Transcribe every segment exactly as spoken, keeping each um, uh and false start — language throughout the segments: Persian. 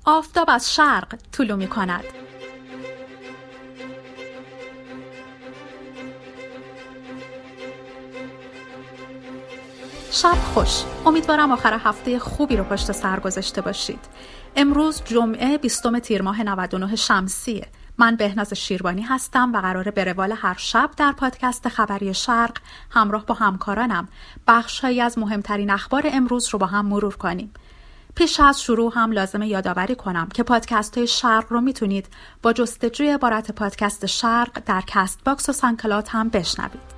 آفتاب از شرق طلوع می کند. شب خوش. امیدوارم آخر هفته خوبی رو پشت سر گذاشته باشید. امروز جمعه بیستم تیر ماه نود و نه شمسیه. من بهناز شیربانی هستم و قراره به روال هر شب در پادکست خبری شرق همراه با همکارانم بخش‌هایی از مهمترین اخبار امروز رو با هم مرور کنیم. پیش از شروع هم لازمه یادآوری کنم که پادکست های شرق رو میتونید با جستجوی عبارت پادکست شرق در کست باکس و سانکلاد هم بشنوید.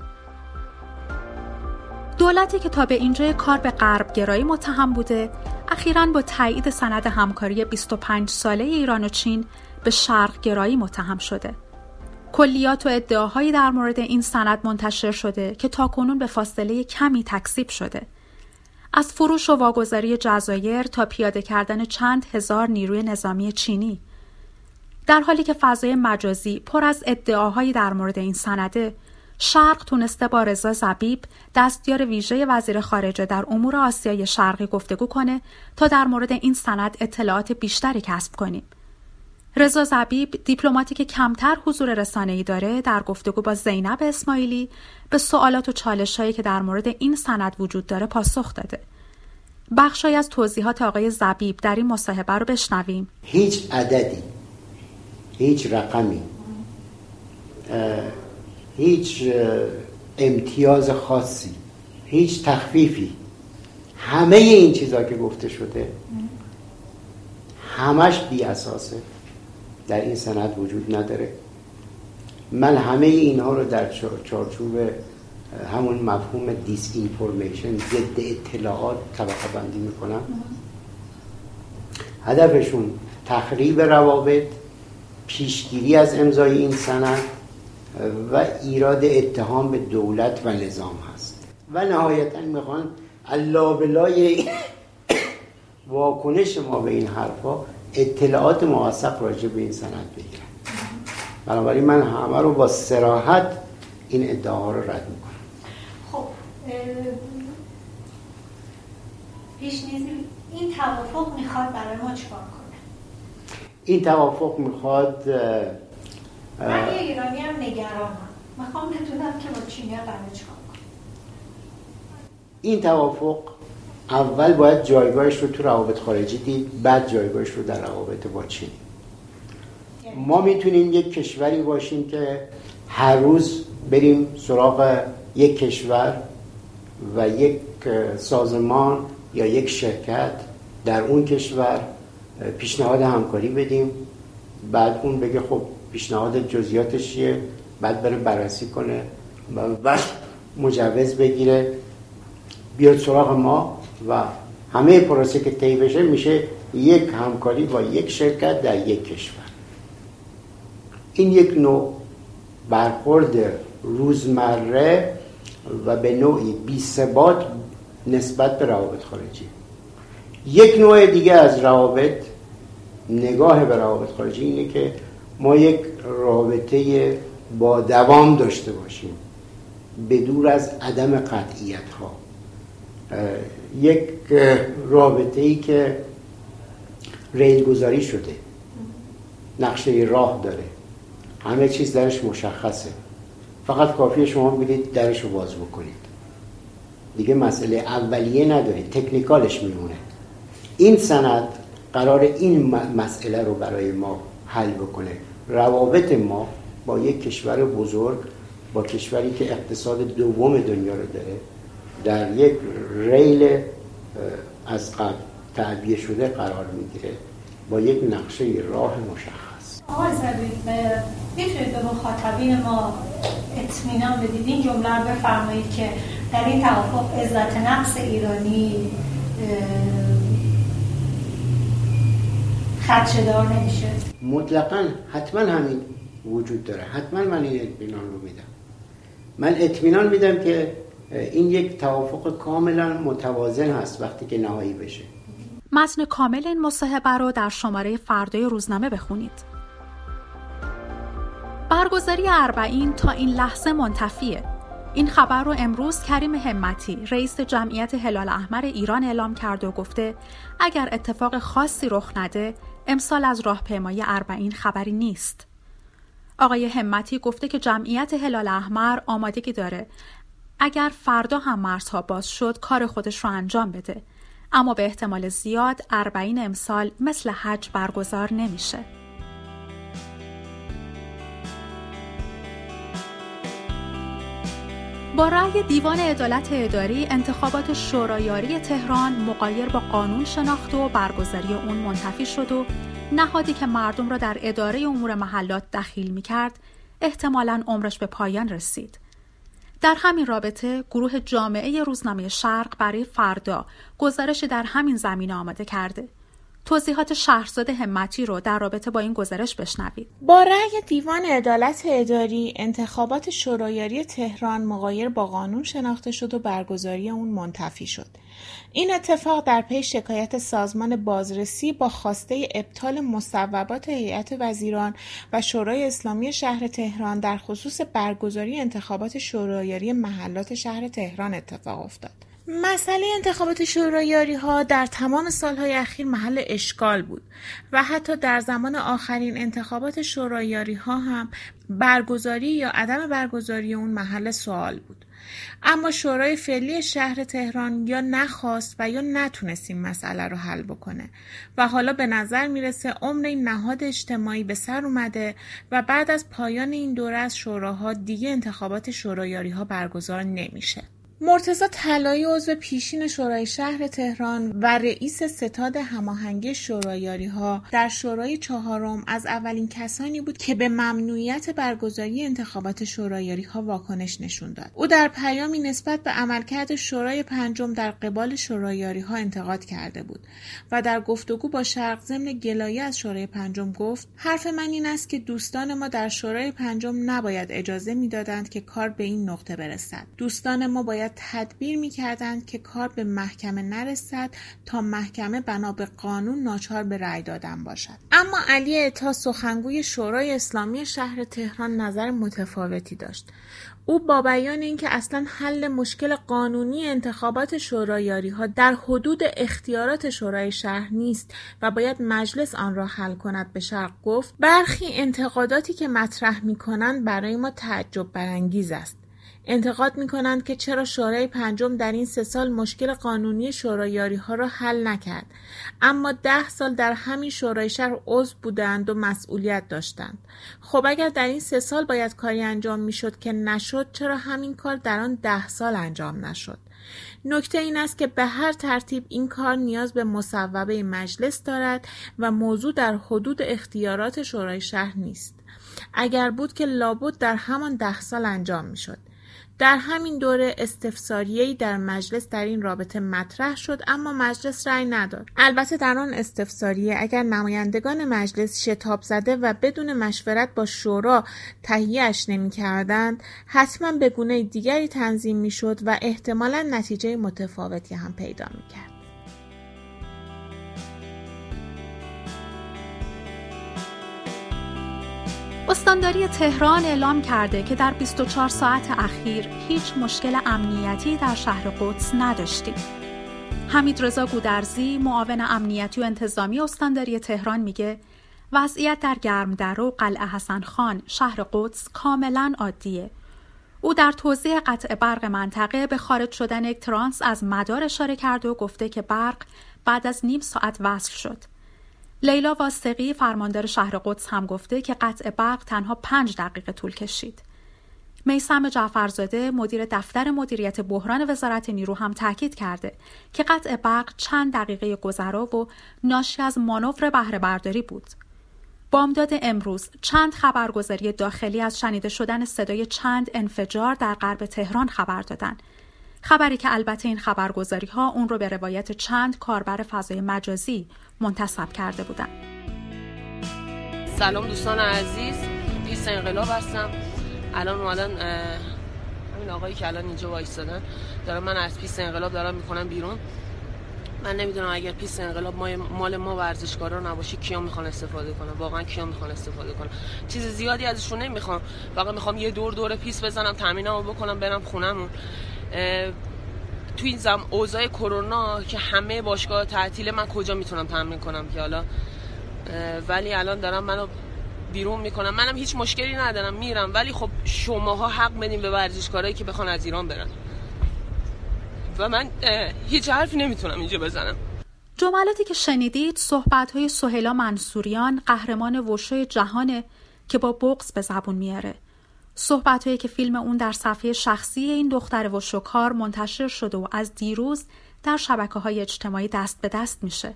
دولتی که تا به اینجای کار به غرب گرایی متهم بوده، اخیراً با تایید سند همکاری بیست و پنج ساله ایران و چین به شرق گرایی متهم شده. کلیات و ادعاهایی در مورد این سند منتشر شده که تاکنون به فاصله کمی تکذیب شده. از فروش و واگذاری جزایر تا پیاده کردن چند هزار نیروی نظامی چینی. در حالی که فضای مجازی پر از ادعاهایی در مورد این سنده، شرق تونسته با رضا ضبیب دستیار ویژه وزیر خارجه در امور آسیای شرقی گفتگو کنه تا در مورد این سند اطلاعات بیشتری کسب کنیم. رضا ضبیب دیپلماتی که کمتر حضور رسانه‌ای داره در گفتگو با زینب اسماعیلی به سوالات و چالش‌هایی که در مورد این سند وجود داره پاسخ داده. بخشی از توضیحات آقای ضبیب در این مصاحبه رو بشنویم. هیچ عددی، هیچ رقمی، هیچ امتیاز خاصی، هیچ تخفیفی، همه این چیزا که گفته شده همش بی اساسه، در این سند وجود نداره. من همه اینها رو در چارچوب همون مفهوم دیس اینفورمیشن، ضد اطلاعات طبقه بندی میکنم. هدفشون تخریب روابط، پیشگیری از امضای این سند و ایراد اتهام به دولت و نظام هست و نهایتاً میخوان اللابلای واکنش ما به این حرفا اطلاعات موثق راجع به این سند بگیرن. بنابراین من همه رو با صراحت این ادعاها رو رد میکنم. خب پیشنهادی این توافق میخواد برای ما چیکار کنه؟ این توافق میخواد من یه ایرانی هم نگرانم، میخوام بدونم که با چینی قراره چیکار کنه. این توافق اول باید جایگاهش رو تو روابط خارجی دید، بعد جایگاهش رو در روابط با چین. ما میتونیم یک کشوری باشیم که هر روز بریم سراغ یک کشور و یک سازمان یا یک شرکت در اون کشور پیشنهاد همکاری بدیم، بعد اون بگه خب پیشنهاد جزئیاتش چیه، بعد بره بررسی کنه و بعد مجوز بگیره بیاد سراغ ما و همه پروسه که طی بشه میشه یک همکاری با یک شرکت در یک کشور. این یک نوع برخورد روزمره و به نوعی بی ثبات نسبت به روابط خارجی. یک نوع دیگه از روابط، نگاه به روابط خارجی اینه که ما یک رابطه با دوام داشته باشیم بدور از عدم قطعیت ها، یک رابطه‌ای که ریل گذاری شده، نقشه راه داره، همه چیز درش مشخصه، فقط کافیه شما بگید درش رو باز بکنید، دیگه مسئله اولیه نداره، تکنیکالش میمونه. این سند قرار این مسئله رو برای ما حل بکنه. روابط ما با یک کشور بزرگ، با کشوری که اقتصاد دوم دنیا رو داره، در یک ریل از قبل تعبیه شده قرار میگیره با یک نقشه راه مشخص. آقای ضبیب، میتونید به مخاطبین ما اطمینان بدید، این جمله رو بفرمایید که در این توافق عزت نفس ایرانی خدشه‌دار نمیشه؟ مطلقاً حتما همین وجود داره، حتما من این اطمینان رو میدم. من اطمینان میدم که این یک توافق کاملا متوازن هست وقتی که نهایی بشه. متن کامل این مصاحبه رو در شماره فردای روزنامه بخونید. برگزاری اربعین تا این لحظه منتفیه. این خبر رو امروز کریم همتی، رئیس جمعیت هلال احمر ایران اعلام کرده و گفته اگر اتفاق خاصی رخ نده امسال از راهپیمایی اربعین خبری نیست. آقای همتی گفته که جمعیت هلال احمر آمادگی داره اگر فردا هم مرزها باز شد کار خودش رو انجام بده، اما به احتمال زیاد اربعین امسال مثل حج برگزار نمیشه. با رأی دیوان عدالت اداری انتخابات شورایاری تهران مغایر با قانون شناخت و برگزاری اون منتفی شد و نهادی که مردم را در اداره امور محلات دخیل می‌کرد احتمالاً عمرش به پایان رسید. در همین رابطه گروه جامعه روزنامه شرق برای فردا گزارشی در همین زمینه آماده کرده. توضیحات شهرزاد همتی رو در رابطه با این گزارش بشنوید. با رأی دیوان عدالت اداری انتخابات شورایاری تهران مغایر با قانون شناخته شد و برگزاری اون منتفی شد. این اتفاق در پی شکایت سازمان بازرسی با خواسته ابطال مصوبات هیئت وزیران و شورای اسلامی شهر تهران در خصوص برگزاری انتخابات شورایاری محلات شهر تهران اتفاق افتاد. مسئله انتخابات شورایاری ها در تمام سالهای اخیر محل اشکال بود و حتی در زمان آخرین انتخابات شورایاری ها هم برگزاری یا عدم برگزاری اون محل سوال بود. اما شورای فعلی شهر تهران یا نخواست و یا نتونست این مسئله رو حل بکنه و حالا به نظر میرسه عمر این نهاد اجتماعی به سر اومده و بعد از پایان این دوره از شوراها دیگه انتخابات شورایاری ها برگزار نمیشه. مرتضی طلایی عضو پیشین شورای شهر تهران و رئیس ستاد هماهنگی شورایاری ها در شورای چهارم از اولین کسانی بود که به ممنوعیت برگزاری انتخابات شورایاری ها واکنش نشون داد. او در پیامی نسبت به عملکرد شورای پنجم در قبال شورایاری ها انتقاد کرده بود و در گفتگو با شرق ضمن گلایه از شورای پنجم گفت: حرف من این است که دوستان ما در شورای پنجم نباید اجازه میدادند که کار به این نقطه برسد. دوستان ما باید تدبیر می‌کردند که کار به محکمه نرسد تا محکمه بنا به قانون ناچار به رأی دادن باشد. اما علی عطا سخنگوی شورای اسلامی شهر تهران نظر متفاوتی داشت. او با بیان اینکه اصلا حل مشکل قانونی انتخابات شورایاری ها در حدود اختیارات شورای شهر نیست و باید مجلس آن را حل کند به شرق گفت: برخی انتقاداتی که مطرح می‌کنند برای ما تعجب برانگیز است. انتقاد می کنند که چرا شورای پنجم در این سه سال مشکل قانونی شورایاری ها را حل نکرد، اما ده سال در همین شورای شهر عضو بودند و مسئولیت داشتند. خب اگر در این سه سال باید کاری انجام می شد که نشد، چرا همین کار در آن ده سال انجام نشد؟ نکته این است که به هر ترتیب این کار نیاز به مصوبه مجلس دارد و موضوع در حدود اختیارات شورای شهر نیست. اگر بود که لابد در همان ده سال انجام می شد. در همین دوره استفساریه‌ای در مجلس در این رابطه مطرح شد، اما مجلس رأی نداد. البته در آن استفساریه اگر نمایندگان مجلس شتاب زده و بدون مشورت با شورا تهیه‌اش نمی‌کردند، حتما به گونه دیگری تنظیم می‌شد و احتمالاً نتیجه متفاوتی هم پیدا می‌کرد. استانداری تهران اعلام کرده که در بیست و چهار ساعت اخیر هیچ مشکل امنیتی در شهر قدس نداشتیم. حمیدرضا گودرزی، معاون امنیتی و انتظامی استانداری تهران میگه وضعیت در گرمدره و قلعه حسن خان شهر قدس کاملا عادیه. او در توضیح قطع برق منطقه به خارج شدن یک ترانس از مدار اشاره کرده و گفته که برق بعد از نیم ساعت وصل شد. لیلا واسطی فرماندار شهر قدس هم گفته که قطع برق تنها پنج دقیقه طول کشید. میثم جعفرزاده مدیر دفتر مدیریت بحران وزارت نیرو هم تاکید کرده که قطع برق چند دقیقه گذرا و ناشی از مانور بهره برداری بود. بامداد امروز چند خبرگزاری داخلی از شنیده شدن صدای چند انفجار در غرب تهران خبر دادند. خبری که البته این خبرگزاری ها اون رو به روایت چند کاربر فضای مجازی منتسب کرده بودند. سلام دوستان عزیز، پیست انقلاب هستم. الان اومدن همین آقایی که الان اینجا وایسادن دارم من از پیست انقلاب دارم میکنم بیرون. من نمیدونم اگر پیست انقلاب مال ما ورزشکارا نباشه کیا میخوان استفاده کنن، واقعا کیا میخوان استفاده کنن. چیز زیادی ازشون نمیخوام، فقط میخوام یه دور دور پیست بزنم، تامینمو بکنم، برم خونمون. تو این زم اوضاع کرونا که همه باشگاه تعطیله، من کجا میتونم تامین کنم که حالا ولی الان دارم منو بیرون میکنم. منم هیچ مشکلی ندارم میرم، ولی خب شماها حق بدین به ورزشکارایی که بخوان از ایران برن و من هیچ حرفی نمیتونم اینجا بزنم. جملاتی که شنیدید صحبت‌های سهیلا منصوریان، قهرمان وشو جهانه که با بغض به زبون میاره. صحبت‌هایی که فیلم اون در صفحه شخصی این دختر وشوکار منتشر شده و از دیروز در شبکه‌های اجتماعی دست به دست میشه.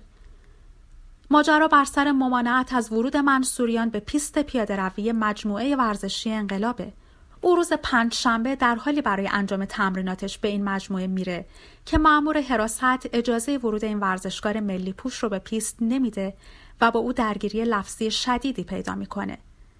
ماجرا بر سر ممانعت از ورود منصوریان به پیست پیاده‌روی مجموعه ورزشی انقلابه. او روز پنجشنبه در حالی برای انجام تمریناتش به این مجموعه میره که مأمور حراست اجازه ورود این ورزشکار ملی پوش رو به پیست نمیده و با او درگیری لفظی شدیدی پیدا میکنه.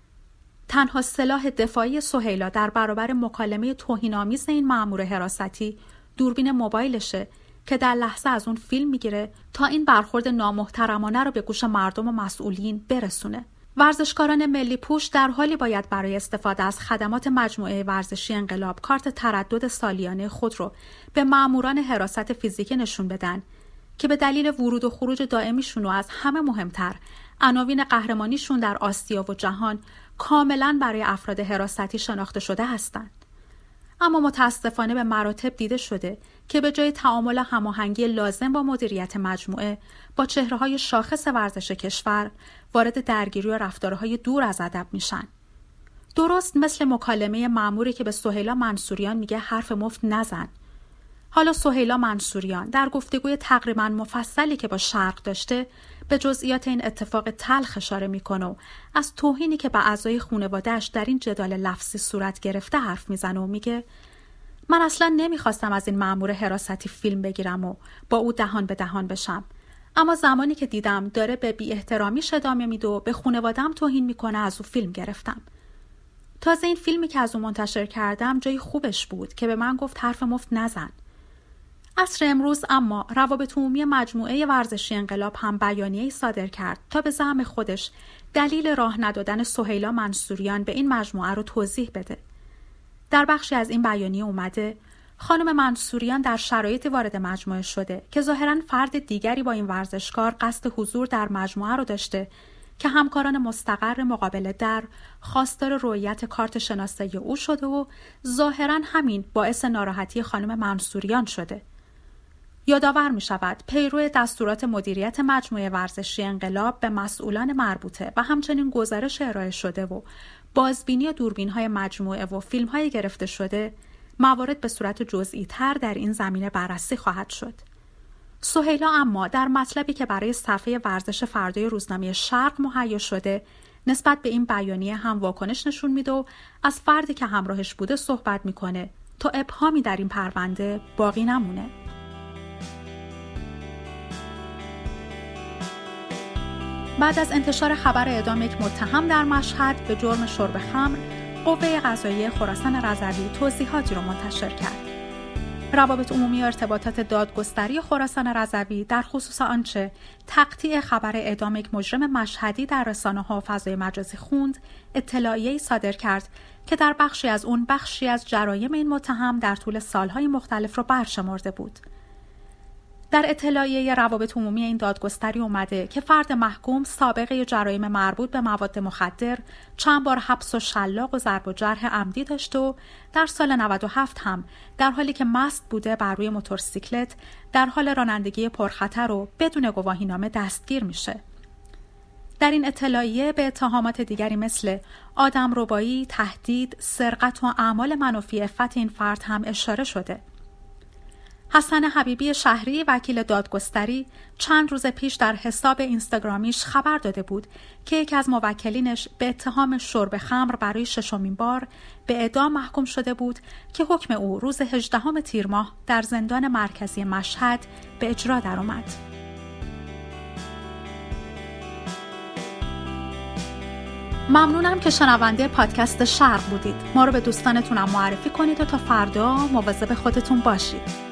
تنها سلاح دفاعی سهیلا در برابر مکالمه توهین‌آمیز این مأمور حراستی دوربین موبایلشه که در لحظه از اون فیلم میگیره تا این برخورد نامحترمانه رو به گوش مردم و مسئولین برسونه. ورزشکاران ملی پوش در حالی باید برای استفاده از خدمات مجموعه ورزشی انقلاب کارت تردد سالیانه خود رو به ماموران حراست فیزیکی نشون بدن که به دلیل ورود و خروج دائمیشون و از همه مهمتر عناوین قهرمانیشون در آسیا و جهان کاملاً برای افراد حراستی شناخته شده هستند. اما متاسفانه به مراتب دیده شده که به جای تعامل هماهنگی لازم با مدیریت مجموعه با چهره‌های شاخص ورزش کشور وارد درگیری و رفتارهای دور از ادب میشن. درست مثل مکالمه مأموری که به سهیلا منصوریان میگه حرف مفت نزن. حالا سهیلا منصوریان در گفتگوی تقریباً مفصلی که با شرق داشته به جزئیات این اتفاق تلخ اشاره میکنه و از توهینی که به اعضای خانواده‌اش در این جدال لفظی صورت گرفته حرف میزنه و میگه من اصلا نمیخواستم از این مأمور حراستی فیلم بگیرم و با او دهان به دهان بشم، اما زمانی که دیدم داره به بی احترامیش ادامه میده و به خانواده‌ام توهین میکنه از او فیلم گرفتم. تازه این فیلمی که از او منتشر کردم جای خوبش بود که به من گفت حرف مفت نزن. عصر امروز اما روابط عمومی مجموعه ورزشی انقلاب هم بیانیه‌ای صادر کرد تا به زعم خودش دلیل راه ندادن سهیلا منصوریان به این مجموعه رو توضیح بده. در بخشی از این بیانیه اومده خانم منصوریان در شرایطی وارد مجموعه شده که ظاهراً فرد دیگری با این ورزشکار قصد حضور در مجموعه رو داشته که همکاران مستقر مقابل در خواستار رؤیت کارت شناسایی او شده و ظاهراً همین باعث ناراحتی خانم منصوریان شده. یادآور می شود پیرو دستورات مدیریت مجموعه ورزشی انقلاب به مسئولان مربوطه و همچنین گزارش ارائه شده و بازبینی دوربین‌های مجموعه و فیلم‌های گرفته شده موارد به صورت جزئی تر در این زمینه بررسی خواهد شد. سهیلا اما در مطلبی که برای صفحه ورزش فردای روزنامه شرق مهیا شده نسبت به این بیانیه هم واکنش نشون میده و از فردی که همراهش بوده صحبت میکنه تا ابهامی در این پرونده باقی نمونه. بعد از انتشار خبر اعدام یک متهم در مشهد به جرم شرب خمر، قوه قضاییه خراسان رضوی توضیحاتی را منتشر کرد. روابط عمومی و ارتباطات دادگستری خراسان رضوی در خصوص آنچه تقطیع خبر اعدام یک مجرم مشهدی در رسانه‌ها و فضای مجازی خوند، اطلاعیه‌ای صادر کرد که در بخشی از اون بخشی از جرایم این متهم در طول سالهای مختلف را برشمرده بود. در اطلاعیه روابط عمومی این دادگستری اومده که فرد محکوم سابقه جرایم مربوط به مواد مخدر، چند بار حبس و شلاق و ضرب و جرح عمدی داشته و در سال نود و هفت هم در حالی که مست بوده بر روی موتورسیکلت در حال رانندگی پرخطر و بدون گواهینامه دستگیر میشه. در این اطلاعیه به اتهامات دیگری مثل آدمربایی، تهدید، سرقت و اعمال منافی عفت این فرد هم اشاره شده. حسن حبیبی شهری وکیل دادگستری چند روز پیش در حساب اینستاگرامیش خبر داده بود که یکی از موکلینش به اتهام شرب خمر برای ششمین بار به اعدام محکوم شده بود که حکم او روز هجدهم تیر ماه در زندان مرکزی مشهد به اجرا درآمد. ممنونم که شنونده پادکست شرق بودید. ما رو به دوستانتونم معرفی کنید و تا فردا مواظب خودتون باشید.